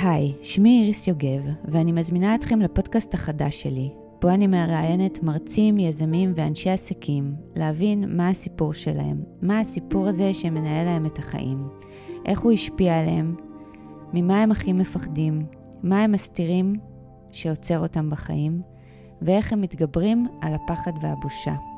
היי, שמי איריס יוגב, ואני מזמינה אתכם לפודקאסט החדש שלי, בו אני מראיינת מרצים, יזמים ואנשי עסקים, להבין מה הסיפור שלהם, מה הסיפור הזה שמנהל להם את החיים, איך הוא השפיע עליהם, ממה הם הכי מפחדים, מה הם מסתירים שעוצר אותם בחיים, ואיך הם מתגברים על הפחד והבושה.